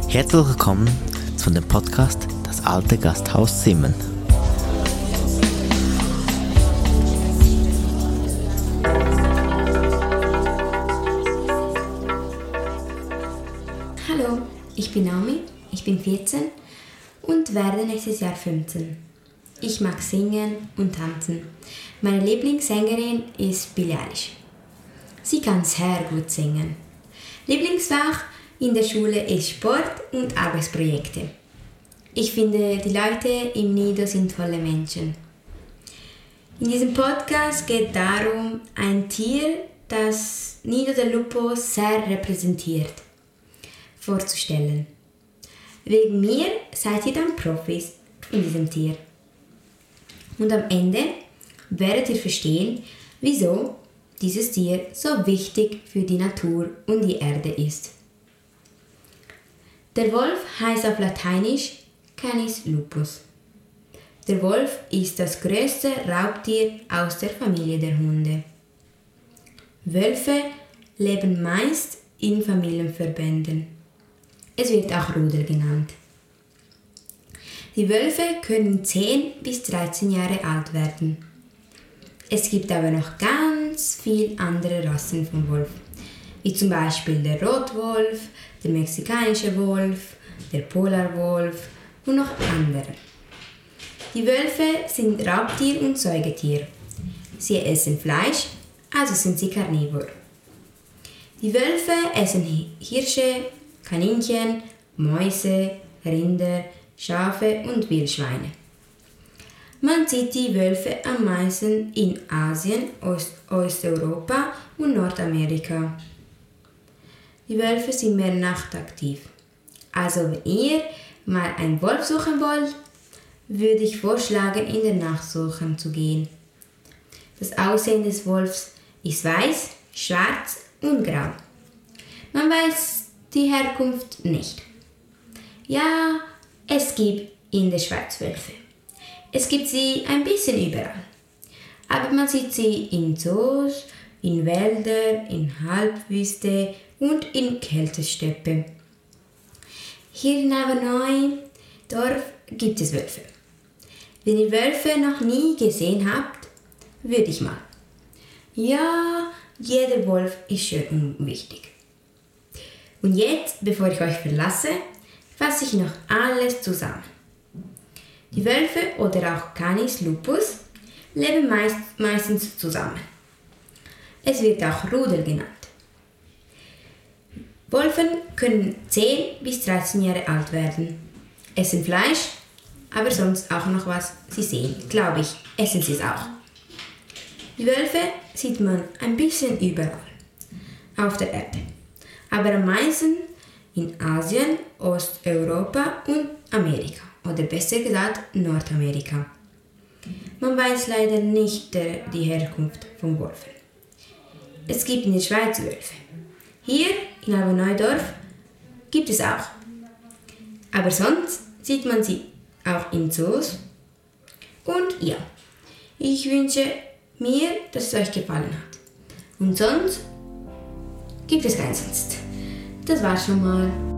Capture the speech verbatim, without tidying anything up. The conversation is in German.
Herzlich willkommen zu dem Podcast Das alte Gasthaus Simmen. Hallo, ich bin Naomi, ich bin vierzehn und werde nächstes Jahr fünfzehn. Ich mag singen und tanzen. Meine Lieblingssängerin ist Billie Eilish. Sie kann sehr gut singen. Lieblingsfach in der Schule ist Sport und Arbeitsprojekte. Ich finde, die Leute im Nido sind tolle Menschen. In diesem Podcast geht es darum, ein Tier, das Nido del Lupo sehr repräsentiert, vorzustellen. Wegen mir seid ihr dann Profis in diesem Tier. Und am Ende werdet ihr verstehen, wieso dieses Tier so wichtig für die Natur und die Erde ist. Der Wolf heißt auf Lateinisch Canis lupus. Der Wolf ist das größte Raubtier aus der Familie der Hunde. Wölfe leben meist in Familienverbänden. Es wird auch Rudel genannt. Die Wölfe können zehn bis dreizehn Jahre alt werden. Es gibt aber noch ganz viele andere Rassen von Wolf, wie zum Beispiel der Rotwolf, der mexikanische Wolf, der Polarwolf und noch andere. Die Wölfe sind Raubtier und Säugetier. Sie essen Fleisch, also sind sie Karnivor. Die Wölfe essen Hirsche, Kaninchen, Mäuse, Rinder, Schafe und Wildschweine. Man sieht die Wölfe am meisten in Asien, Ost- Osteuropa und Nordamerika. Die Wölfe sind mehr nachtaktiv. Also wenn ihr mal einen Wolf suchen wollt, würde ich vorschlagen, in der Nacht suchen zu gehen. Das Aussehen des Wolfs ist weiß, schwarz und grau. Man weiß die Herkunft nicht. Ja, es gibt in der Schweiz Wölfe. Es gibt sie ein bisschen überall. Aber man sieht sie in Zoos, in Wäldern, in Halbwüste und in Kältesteppe. Hier in Avernoi Dorf gibt es Wölfe. Wenn ihr Wölfe noch nie gesehen habt, würde ich mal. Ja, jeder Wolf ist schön und wichtig. Und jetzt, bevor ich euch verlasse, fasse ich noch alles zusammen. Die Wölfe oder auch Canis lupus leben meist, meistens zusammen. Es wird auch Rudel genannt. Wölfe können zehn bis dreizehn Jahre alt werden, essen Fleisch, aber sonst auch noch was sie sehen, glaube ich, essen sie es auch. Die Wölfe sieht man ein bisschen überall auf der Erde, aber am meisten in Asien, Osteuropa und Amerika, oder besser gesagt Nordamerika. Man weiß leider nicht der, die Herkunft von Wölfen. Es gibt in der Schweiz Wölfe. Hier in Avernoi-Dorf gibt es auch. Aber sonst sieht man sie auch in Zoos. Und ja, ich wünsche mir, dass es euch gefallen hat. Und sonst gibt es keinen Sonst. Das war's schon mal.